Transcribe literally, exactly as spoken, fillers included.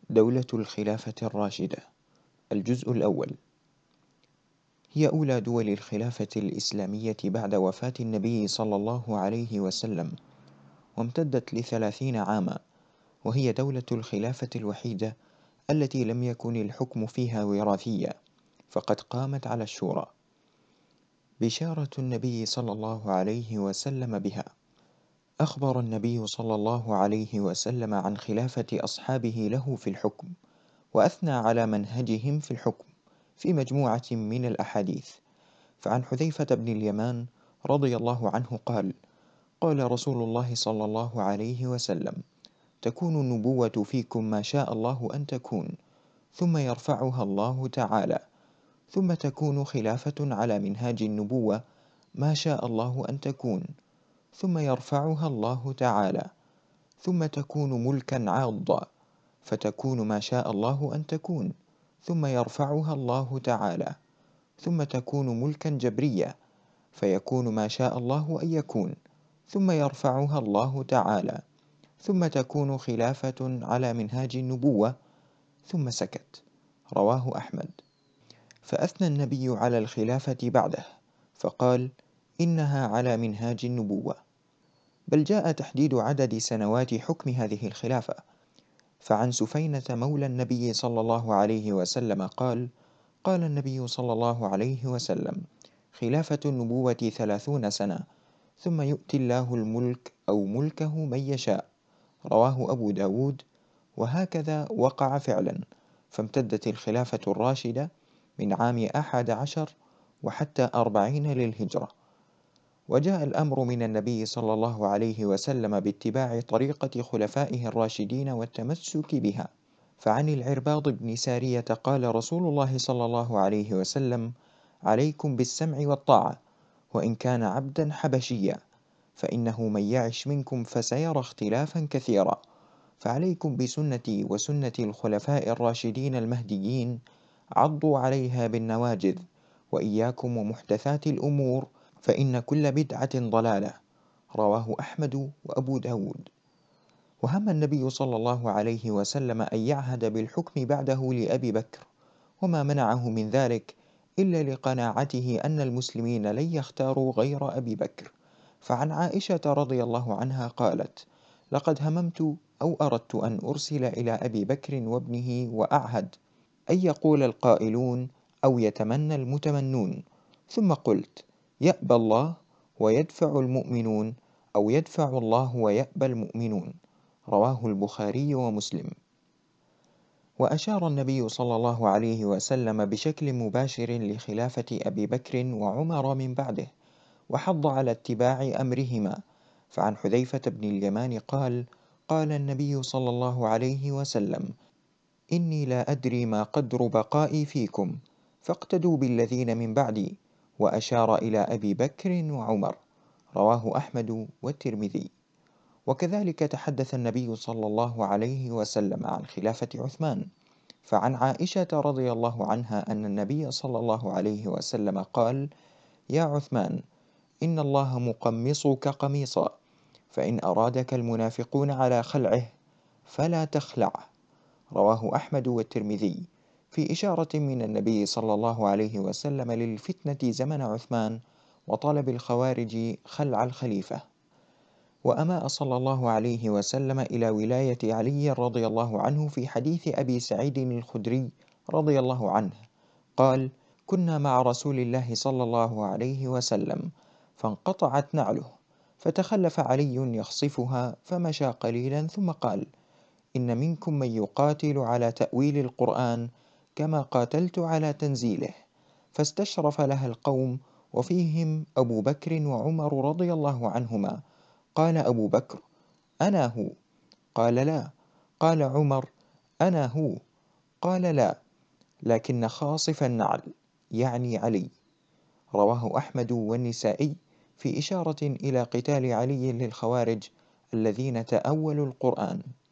دولة الخلافة الراشدة. الجزء الأول. هي أولى دول الخلافة الإسلامية بعد وفاة النبي صلى الله عليه وسلم، وامتدت لثلاثين عاما، وهي دولة الخلافة الوحيدة التي لم يكن الحكم فيها وراثيا، فقد قامت على الشورى. بشارة النبي صلى الله عليه وسلم بها. أخبر النبي صلى الله عليه وسلم عن خلافة أصحابه له في الحكم، وأثنى على منهجهم في الحكم في مجموعة من الأحاديث. فعن حذيفة بن اليمان رضي الله عنه قال: قال رسول الله صلى الله عليه وسلم: تكون النبوة فيكم ما شاء الله أن تكون، ثم يرفعها الله تعالى، ثم تكون خلافة على منهاج النبوة ما شاء الله أن تكون، ثم يرفعها الله تعالى، ثم تكون ملكا عاضا، فتكون ما شاء الله أن تكون، ثم يرفعها الله تعالى، ثم تكون ملكا جبريا، فيكون ما شاء الله أن يكون، ثم يرفعها الله تعالى، ثم تكون خلافة على منهاج النبوة، ثم سكت. رواه أحمد. فأثنى النبي على الخلافة بعده فقال: إنها على منهاج النبوة. بل جاء تحديد عدد سنوات حكم هذه الخلافة. فعن سفينة مولى النبي صلى الله عليه وسلم قال: قال النبي صلى الله عليه وسلم: خلافة النبوة ثلاثون سنة، ثم يؤتي الله الملك أو ملكه من يشاء. رواه أبو داود. وهكذا وقع فعلا، فامتدت الخلافة الراشدة من عام أحد عشر وحتى أربعين للهجرة. وجاء الأمر من النبي صلى الله عليه وسلم باتباع طريقة خلفائه الراشدين والتمسك بها. فعن العرباض بن سارية قال رسول الله صلى الله عليه وسلم: عليكم بالسمع والطاعة، وإن كان عبدا حبشيا، فإنه من يعش منكم فسيرى اختلافا كثيرا، فعليكم بسنتي وسنة الخلفاء الراشدين المهديين، عضوا عليها بالنواجذ، وإياكم ومحدثات الأمور، فإن كل بدعة ضلالة. رواه أحمد وأبو داود. وهم النبي صلى الله عليه وسلم أن يعهد بالحكم بعده لأبي بكر، وما منعه من ذلك إلا لقناعته أن المسلمين لن يختاروا غير أبي بكر. فعن عائشة رضي الله عنها قالت: لقد هممت أو أردت أن أرسل إلى أبي بكر وابنه وأعهد أن يقول القائلون أو يتمنى المتمنون، ثم قلت: يأبى الله ويدفع المؤمنون، أو يدفع الله ويأبى المؤمنون. رواه البخاري ومسلم. وأشار النبي صلى الله عليه وسلم بشكل مباشر لخلافة أبي بكر وعمر من بعده، وحض على اتباع أمرهما. فعن حذيفة بن اليمان قال: قال النبي صلى الله عليه وسلم: إني لا أدري ما قدر بقائي فيكم، فاقتدوا بالذين من بعدي. وأشار إلى أبي بكر وعمر. رواه أحمد والترمذي. وكذلك تحدث النبي صلى الله عليه وسلم عن خلافة عثمان. فعن عائشة رضي الله عنها أن النبي صلى الله عليه وسلم قال: يا عثمان، إن الله مقمصك قميصا، فإن أرادك المنافقون على خلعه فلا تخلعه. رواه أحمد والترمذي، في إشارة من النبي صلى الله عليه وسلم للفتنة زمن عثمان وطلب الخوارج خلع الخليفة. وأماء صلى الله عليه وسلم إلى ولاية علي رضي الله عنه في حديث أبي سعيد الخدري رضي الله عنه قال: كنا مع رسول الله صلى الله عليه وسلم، فانقطعت نعله، فتخلف علي يخصفها، فمشى قليلا ثم قال: إن منكم من يقاتل على تأويل القرآن كما قاتلت على تنزيله. فاستشرف لها القوم، وفيهم أبو بكر وعمر رضي الله عنهما. قال أبو بكر: أنا هو. قال: لا. قال عمر: أنا هو. قال: لا، لكن خاصف النعل، يعني علي. رواه أحمد والنسائي، في إشارة إلى قتال علي للخوارج الذين تأولوا القرآن.